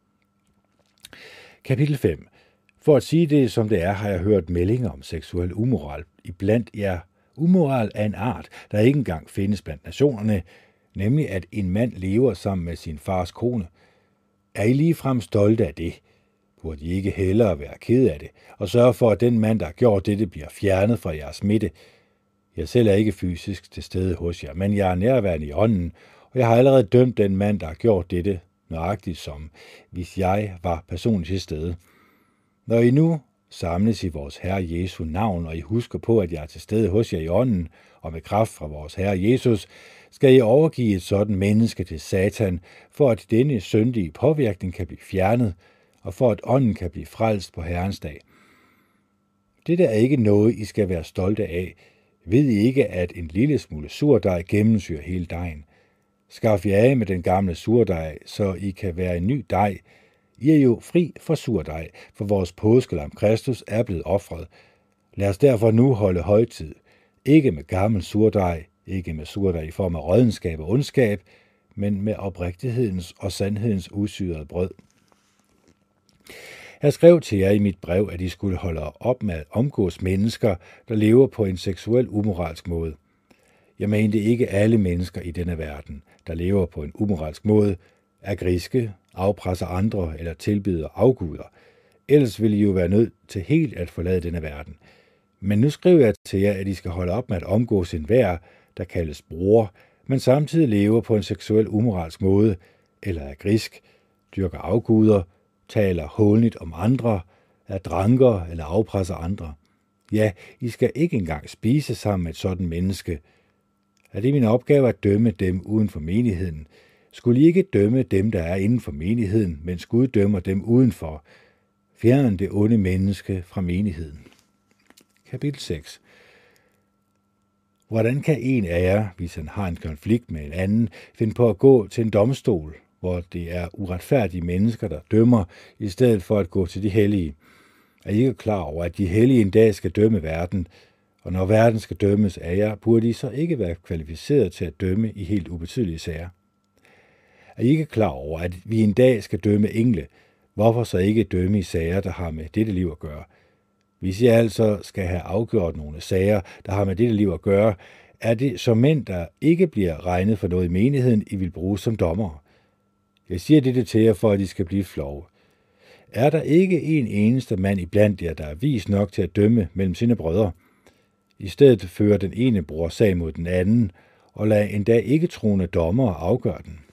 Kapitel fem. For at sige det, som det er, har jeg hørt meldinger om seksuel umoral iblandt jer. Umoral er en art, der ikke engang findes blandt nationerne, nemlig at en mand lever sammen med sin fars kone. Er I ligefrem stolte af det? Burde I ikke hellere være ked af det, og sørge for, at den mand, der har gjort dette, bliver fjernet fra jeres midte? Jeg selv er ikke fysisk til stede hos jer, men jeg er nærværende i ånden, og jeg har allerede dømt den mand, der har gjort dette, nøjagtigt som hvis jeg var personligt til stede. Når I nu samles i vores Herre Jesu navn, og I husker på, at jeg er til stede hos jer i ånden, og med kraft fra vores Herre Jesus, skal I overgive et sådan menneske til Satan, for at denne syndige påvirkning kan blive fjernet, og for at ånden kan blive frelst på Herrens dag. Dette er ikke noget, I skal være stolte af. Ved I ikke, at en lille smule surdej gennemsyrer hele dejen? Skaff jer af med den gamle surdej, så I kan være en ny dej. I er jo fri for surdej, for vores påskelam Kristus er blevet ofret. Lad os derfor nu holde højtid. Ikke med gammel surdej, ikke med surdej i form af rådenskab og ondskab, men med oprigtighedens og sandhedens usyrede brød. Jeg skrev til jer i mit brev, at I skulle holde op med at omgås mennesker, der lever på en seksuel umoralsk måde. Jeg mente ikke alle mennesker i denne verden, der lever på en umoralsk måde, er griske, afpresser andre eller tilbyder afguder. Ellers ville I jo være nødt til helt at forlade denne verden. Men nu skriver jeg til jer, at I skal holde op med at omgås enhver, der kaldes bror, men samtidig lever på en seksuel umoralsk måde, eller er grisk, dyrker afguder, taler hånligt om andre, er dranker eller afpresser andre. Ja, I skal ikke engang spise sammen med et sådan menneske. Er det min opgave at dømme dem uden for menigheden? Skulle I ikke dømme dem, der er inden for menigheden, mens Gud dømmer dem udenfor? Fjern det onde menneske fra menigheden. Kapitel seks. Hvordan kan en af jer, hvis han har en konflikt med en anden, finde på at gå til en domstol, hvor det er uretfærdige mennesker, der dømmer, i stedet for at gå til de hellige? Er I ikke klar over, at de hellige en dag skal dømme verden, og når verden skal dømmes af jer, burde I så ikke være kvalificeret til at dømme i helt ubetydelige sager? Er I ikke klar over, at vi en dag skal dømme engle? Hvorfor så ikke dømme i sager, der har med dette liv at gøre? Hvis I altså skal have afgjort nogle sager, der har med dette liv at gøre, er det som mænd, der ikke bliver regnet for noget i menigheden, I vil bruge som dommere. Jeg siger dette til jer, for at I skal blive flove. Er der ikke en eneste mand iblandt jer, der er vis nok til at dømme mellem sine brødre? I stedet fører den ene bror sag mod den anden, og lad endda ikke troende dommere afgøre den.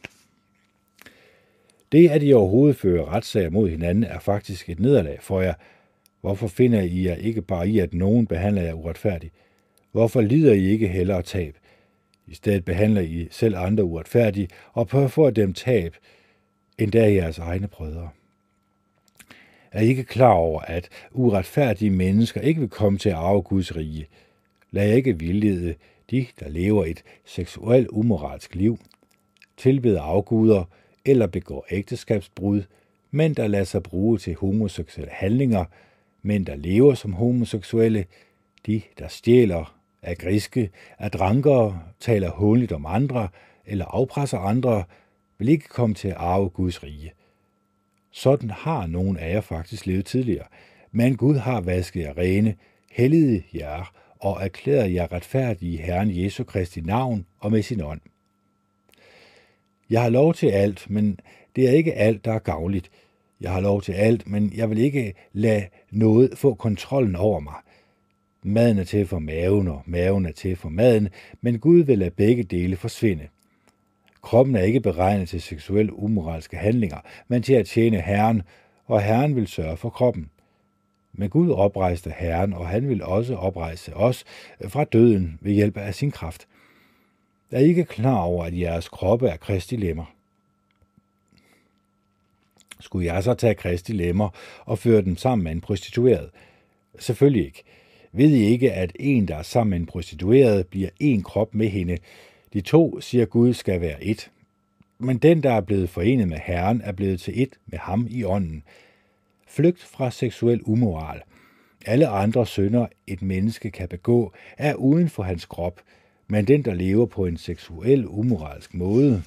Det, at I overhovedet fører retssager mod hinanden, er faktisk et nederlag for jer. Hvorfor finder I jer ikke bare i, at nogen behandler jer uretfærdigt? Hvorfor lider I ikke hellere tab? I stedet behandler I selv andre uretfærdigt og påfører dem tab, endda jeres egne brødre. Er I ikke klar over, at uretfærdige mennesker ikke vil komme til at arve Guds rige? Lad jer ikke vildlede de, der lever et seksuelt umoralsk liv, tilbeder afguder eller begår ægteskabsbrud, mænd, der lader sig bruge til homoseksuelle handlinger, mænd, der lever som homoseksuelle, de, der stjæler, er griske, er drankere, taler hånligt om andre eller afpresser andre, vil ikke komme til at arve Guds rige. Sådan har nogen af jer faktisk levet tidligere, men Gud har vasket jer rene, helliget jer og erklæret jer retfærdige i Herren Jesu Kristi navn og med sin ånd. Jeg har lov til alt, men det er ikke alt, der er gavnligt. Jeg har lov til alt, men jeg vil ikke lade noget få kontrollen over mig. Maden er til for maven, og maven er til for maden, men Gud vil lade begge dele forsvinde. Kroppen er ikke beregnet til seksuelle umoralske handlinger, men til at tjene Herren, og Herren vil sørge for kroppen. Men Gud oprejste Herren, og han vil også oprejse os fra døden ved hjælp af sin kraft. Er I ikke klar over, at jeres kroppe er Kristi lemmer? Skulle jeg så tage Kristi lemmer og føre dem sammen med en prostitueret? Selvfølgelig ikke. Ved I ikke, at en, der er sammen med en prostitueret, bliver en krop med hende? De to, siger Gud, skal være et. Men den, der er blevet forenet med Herren, er blevet til et med ham i ånden. Flygt fra seksuel umoral. Alle andre synder, et menneske kan begå, er uden for hans krop, men den, der lever på en seksuel umoralsk måde,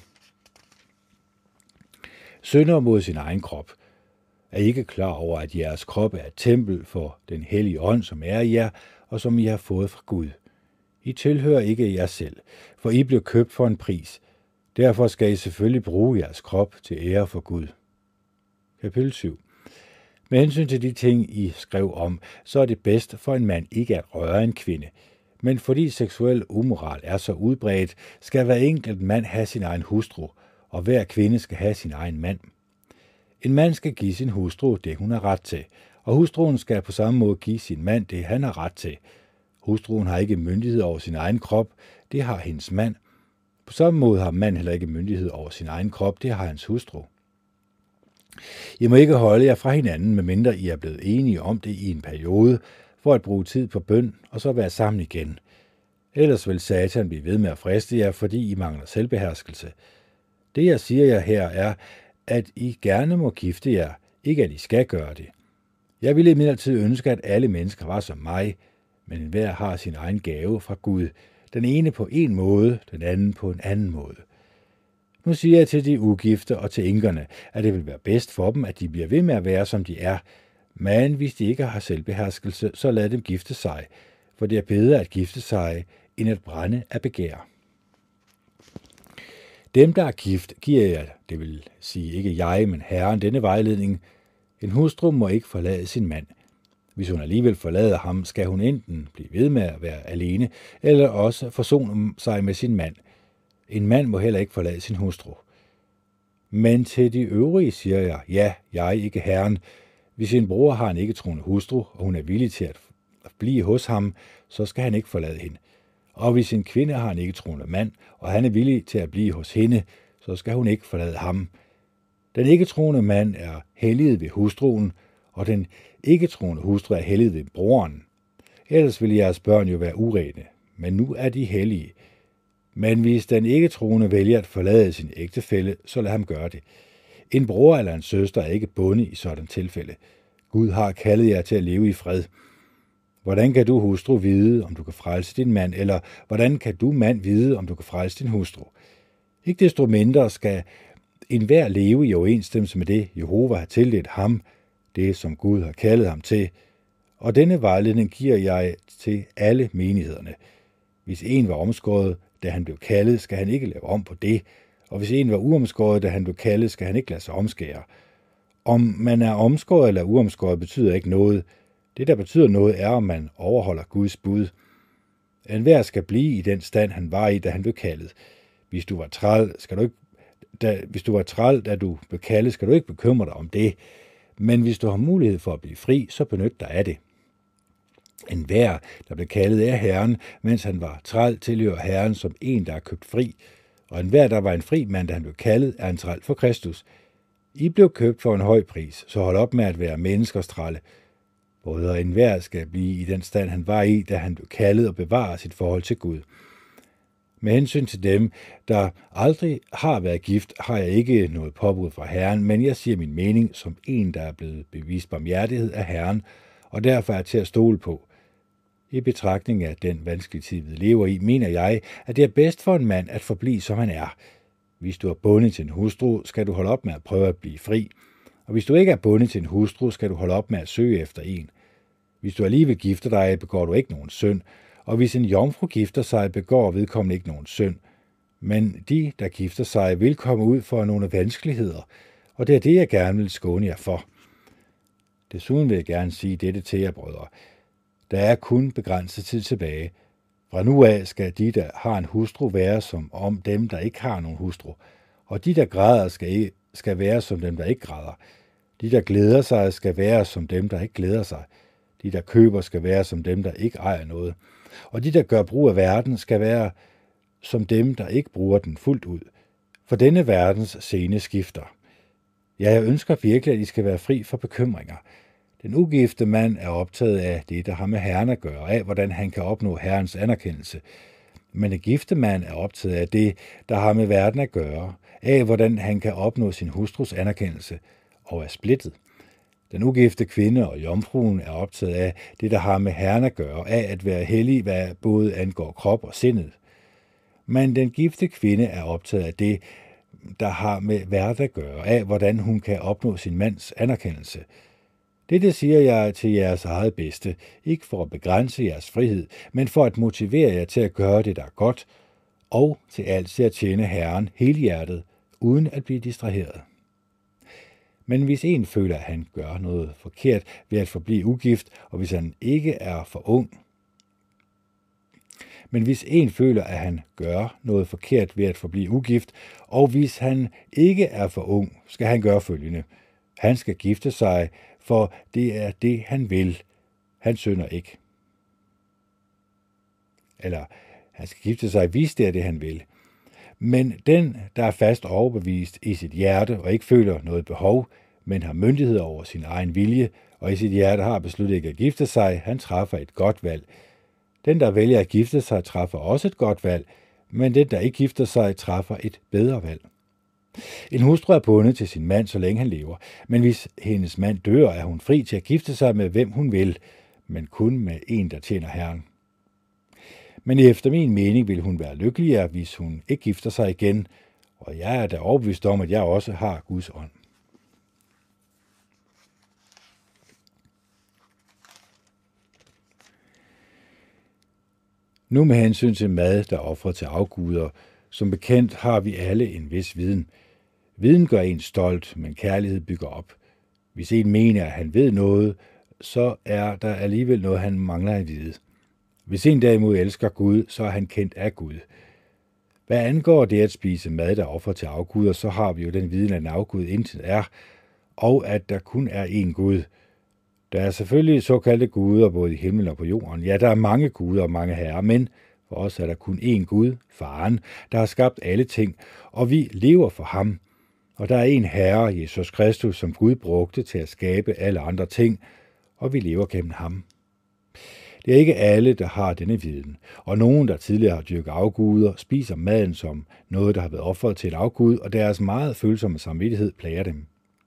synder mod sin egen krop. Er I ikke klar over, at jeres krop er et tempel for den hellige ånd, som er i jer, og som I har fået fra Gud? I tilhører ikke jer selv, for I blev købt for en pris. Derfor skal I selvfølgelig bruge jeres krop til ære for Gud. Kapitel syv. Med hensyn til de ting, I skrev om, så er det bedst for en mand ikke at røre en kvinde. Men fordi seksuel umoral er så udbredt, skal hver enkelt mand have sin egen hustru, og hver kvinde skal have sin egen mand. En mand skal give sin hustru det, hun har ret til, og hustruen skal på samme måde give sin mand det, han har ret til. Hustruen har ikke myndighed over sin egen krop, det har hendes mand. På samme måde har mand heller ikke myndighed over sin egen krop, det har hans hustru. I må ikke holde jer fra hinanden, medmindre I er blevet enige om det i en periode, for at bruge tid på bøn og så være sammen igen. Ellers vil Satan blive ved med at friste jer, fordi I mangler selvbeherskelse. Det, jeg siger jer her, er, at I gerne må gifte jer, ikke at I skal gøre det. Jeg ville imidlertid ønske, at alle mennesker var som mig, men enhver har sin egen gave fra Gud. Den ene på en måde, den anden på en anden måde. Nu siger jeg til de ugifte og til enkerne, at det vil være bedst for dem, at de bliver ved med at være, som de er. Men hvis de ikke har selvbeherskelse, så lad dem gifte sig, for det er bedre at gifte sig, end at brænde af begær. Dem, der er gift, giver jeg, det vil sige ikke jeg, men Herren, denne vejledning. En hustru må ikke forlade sin mand. Hvis hun alligevel forlader ham, skal hun enten blive ved med at være alene, eller også forsone sig med sin mand. En mand må heller ikke forlade sin hustru. Men til de øvrige siger jeg, ja, jeg er ikke Herren. Hvis en bror har en ikke-troende hustru, og hun er villig til at blive hos ham, så skal han ikke forlade hende. Og hvis en kvinde har en ikke-troende mand, og han er villig til at blive hos hende, så skal hun ikke forlade ham. Den ikke-troende mand er helliget ved hustruen, og den ikke-troende hustru er helliget ved broren. Ellers ville jeres børn jo være urene, men nu er de hellige. Men hvis den ikke-troende vælger at forlade sin ægtefælle, så lad ham gøre det. En bror eller en søster er ikke bundet i sådan tilfælde. Gud har kaldet jer til at leve i fred. Hvordan kan du, hustru, vide, om du kan frelse din mand, eller hvordan kan du, mand, vide, om du kan frelse din hustru? Ikke desto mindre skal enhver leve i overensstemmelse med det, Jehova har tildelt ham, det som Gud har kaldet ham til. Og denne vejledning giver jeg til alle menighederne. Hvis en var omskåret, da han blev kaldet, skal han ikke lave om på det, og hvis en var uomskåret, da han blev kaldet, skal han ikke lade sig omskære. Om man er omskåret eller uomskåret, betyder ikke noget. Det, der betyder noget, er, om man overholder Guds bud. Enhver skal blive i den stand, han var i, da han blev kaldet. Hvis du var træl, skal du ikke, da, hvis du var træl, da du blev kaldet, skal du ikke bekymre dig om det. Men hvis du har mulighed for at blive fri, så benyt dig af det. Enhver, der blev kaldet af Herren, mens han var træl, tilhører Herren som en, der er købt fri. Og enhver, der var en fri mand, da han blev kaldet, er en træl for Kristus. I blev købt for en høj pris, så hold op med at være menneskers trælle. Både enhver skal blive i den stand, han var i, da han blev kaldet, og bevare sit forhold til Gud. Med hensyn til dem, der aldrig har været gift, har jeg ikke noget påbud fra Herren, men jeg siger min mening som en, der er blevet bevist barmhjertighed af Herren, og derfor er til at stole på. I betragtning af den vanskelige tid, vi lever i, mener jeg, at det er bedst for en mand at forblive, som han er. Hvis du er bundet til en hustru, skal du holde op med at prøve at blive fri. Og hvis du ikke er bundet til en hustru, skal du holde op med at søge efter en. Hvis du alligevel gifter dig, begår du ikke nogen synd, og hvis en jomfru gifter sig, begår vedkommende ikke nogen synd. Men de, der gifter sig, vil komme ud for nogle vanskeligheder, og det er det, jeg gerne vil skåne jer for. Desuden vil jeg gerne sige dette til jer, brødre. Der er kun begrænset tid tilbage. Fra nu af skal de, der har en hustru, være som om dem, der ikke har nogen hustru, og de, der græder, skal, skal være som dem, der ikke græder. De, der glæder sig, skal være som dem, der ikke glæder sig. De, der køber, skal være som dem, der ikke ejer noget. Og de, der gør brug af verden, skal være som dem, der ikke bruger den fuldt ud. For denne verdens scene skifter. Ja, jeg ønsker virkelig, at I skal være fri for bekymringer. Den ugifte mand er optaget af det, der har med Herren at gøre, af hvordan han kan opnå Herrens anerkendelse. Men den gifte mand er optaget af det, der har med verden at gøre, af hvordan han kan opnå sin hustrus anerkendelse, og er splittet. Den ugifte kvinde og jomfruen er optaget af det, der har med Herren at gøre, af at være hellig, hvad både angår krop og sindet. Men den gifte kvinde er optaget af det, der har med verden at gøre, af hvordan hun kan opnå sin mands anerkendelse. Dette siger jeg til jeres eget bedste, ikke for at begrænse jeres frihed, men for at motivere jer til at gøre det, der er godt, og til altid at tjene Herren helhjertet, uden at blive distraheret. Men hvis en føler, at han gør noget forkert ved at forblive ugift, og hvis han ikke er for ung, men hvis en føler, at han gør noget forkert ved at forblive ugift, og hvis han ikke er for ung, skal han gøre følgende. Han skal gifte sig, for det er det, han vil. Han synder ikke. Eller han skal gifte sig, hvis det er det, han vil. Men den, der er fast overbevist i sit hjerte og ikke føler noget behov, men har myndighed over sin egen vilje, og i sit hjerte har besluttet ikke at gifte sig, han træffer et godt valg. Den, der vælger at gifte sig, træffer også et godt valg, men den, der ikke gifter sig, træffer et bedre valg. En hustru er bundet til sin mand, så længe han lever, men hvis hendes mand dør, er hun fri til at gifte sig med hvem hun vil, men kun med en, der tjener Herren. Men efter min mening vil hun være lykkeligere, hvis hun ikke gifter sig igen, og jeg er da overbevist om, at jeg også har Guds ånd. Nu med hensyn til mad, der er ofret til afguder, som bekendt har vi alle en vis viden. Viden gør en stolt, men kærlighed bygger op. Hvis en mener, at han ved noget, så er der alligevel noget, han mangler at vide. Hvis en derimod elsker Gud, så er han kendt af Gud. Hvad angår det at spise mad, der offer til afguder, så har vi jo den viden, at en afgud intet er, og at der kun er én Gud. Der er selvfølgelig såkaldte guder både i himlen og på jorden. Ja, der er mange guder og mange herrer, men for os er der kun én Gud, Faren, der har skabt alle ting, og vi lever for ham. Og der er en Herre, Jesus Kristus, som Gud brugte til at skabe alle andre ting, og vi lever gennem ham. Det er ikke alle, der har denne viden, og nogen, der tidligere har dyrket afguder, spiser maden som noget, der har været offret til et afgud, og deres meget følsomme samvittighed plager dem.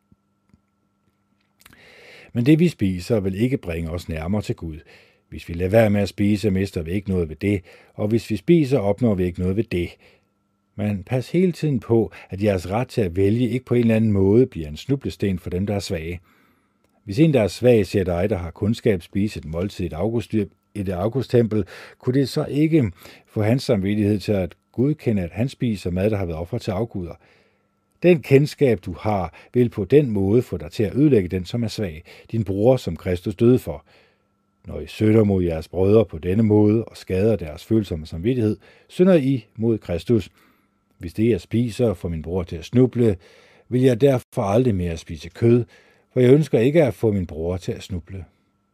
Men det, vi spiser, vil ikke bringe os nærmere til Gud. Hvis vi lader være med at spise, mister vi ikke noget ved det, og hvis vi spiser, opnår vi ikke noget ved det. Men pas hele tiden på, at jeres ret til at vælge ikke på en eller anden måde bliver en snublesten for dem, der er svage. Hvis en, der er svag, ser dig, der har kundskab, spise et måltid i et augustdyr, i det augusttempel, kunne det så ikke få hans samvittighed til at godkende, at han spiser mad, der har været offer til afguder. Den kendskab, du har, vil på den måde få dig til at ødelægge den, som er svag, din bror, som Kristus døde for. Når I synder mod jeres brødre på denne måde og skader deres følsomme samvittighed, synder I mod Kristus. Hvis det, jeg spiser, får min bror til at snuble, vil jeg derfor aldrig mere spise kød, for jeg ønsker ikke at få min bror til at snuble.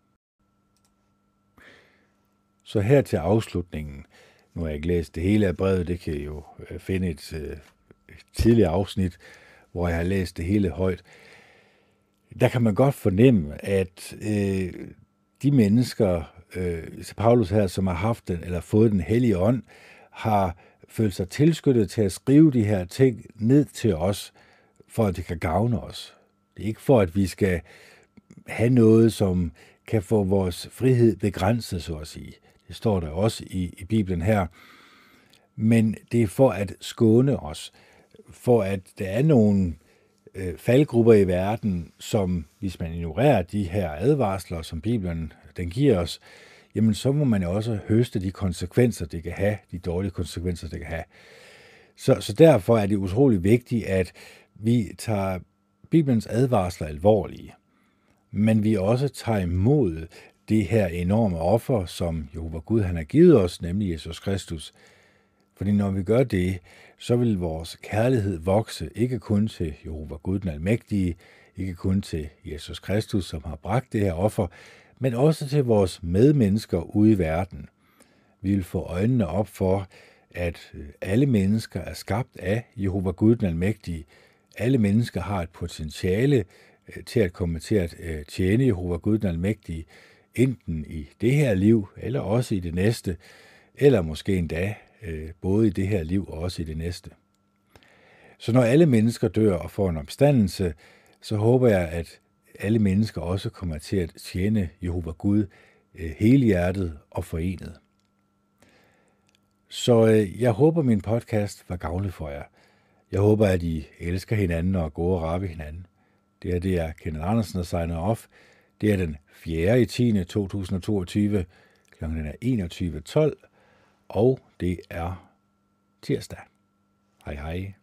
Så her til afslutningen. Nu har jeg ikke læst det hele af brevet, det kan I jo finde et, et tidligere afsnit, hvor jeg har læst det hele højt. Der kan man godt fornemme, at øh, de mennesker, øh, Paulus her, som har haft den, eller fået den hellige ånd, har følt sig tilskyndet til at skrive de her ting ned til os, for at det kan gavne os. Det er ikke for, at vi skal have noget, som kan få vores frihed begrænset, så at sige. Det står der også i, i Bibelen her. Men det er for at skåne os, for at der er nogle øh, faldgrupper i verden, som hvis man ignorerer de her advarsler, som Bibelen den giver os, jamen så må man jo også høste de konsekvenser, det kan have, de dårlige konsekvenser, det kan have. Så, så derfor er det utrolig vigtigt, at vi tager Bibelens advarsler alvorlige, men vi også tager imod det her enorme offer, som Jehova Gud han har givet os, nemlig Jesus Kristus. Fordi når vi gør det, så vil vores kærlighed vokse, ikke kun til Jehova Gud den Almægtige, ikke kun til Jesus Kristus, som har bragt det her offer, men også til vores medmennesker ude i verden. Vi vil få øjnene op for, at alle mennesker er skabt af Jehova Gud den Almægtige. Alle mennesker har et potentiale til at komme til at tjene Jehova Gud den Almægtige, enten i det her liv, eller også i det næste, eller måske endda både i det her liv og også i det næste. Så når alle mennesker dør og får en opstandelse, så håber jeg, at alle mennesker også kommer til at tjene Jehova Gud helhjertet og forenet. Så jeg håber, min podcast var gavnlig for jer. Jeg håber, at I elsker hinanden og går og rabbe hinanden. Det er det, jeg Kenneth Andersen og signer off. Det er den fjerde i tiende to tusind og toogtyve. Klokken er enogtyve tolv, og det er tirsdag. Hej hej.